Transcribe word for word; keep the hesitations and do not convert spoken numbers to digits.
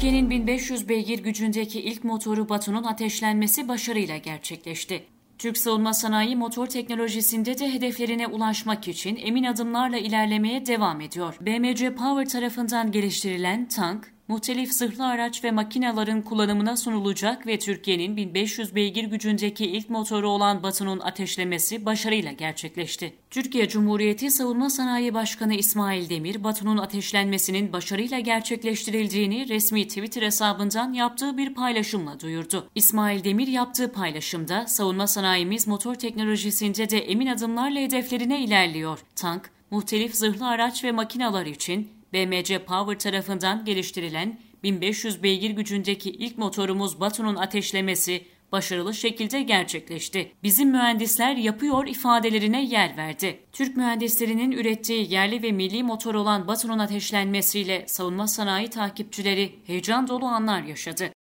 Türkiye'nin bin beş yüz beygir gücündeki ilk motoru Batu'nun ateşlenmesi başarıyla gerçekleşti. Türk savunma sanayi motor teknolojisinde de hedeflerine ulaşmak için emin adımlarla ilerlemeye devam ediyor. B M C Power tarafından geliştirilen tank, muhtelif zırhlı araç ve makinelerin kullanımına sunulacak ve Türkiye'nin bin beş yüz beygir gücündeki ilk motoru olan Batu'nun ateşlemesi başarıyla gerçekleşti. Türkiye Cumhuriyeti Savunma Sanayi Başkanı İsmail Demir, Batu'nun ateşlenmesinin başarıyla gerçekleştirildiğini resmi Twitter hesabından yaptığı bir paylaşımla duyurdu. İsmail Demir yaptığı paylaşımda, savunma sanayimiz motor teknolojisinde de emin adımlarla hedeflerine ilerliyor. Tank, muhtelif zırhlı araç ve makineler için B M C Power tarafından geliştirilen bin beş yüz beygir gücündeki ilk motorumuz Batu'nun ateşlemesi başarılı şekilde gerçekleşti. Bizim mühendisler yapıyor ifadelerine yer verdi. Türk mühendislerinin ürettiği yerli ve milli motor olan Batu'nun ateşlenmesiyle savunma sanayi takipçileri heyecan dolu anlar yaşadı.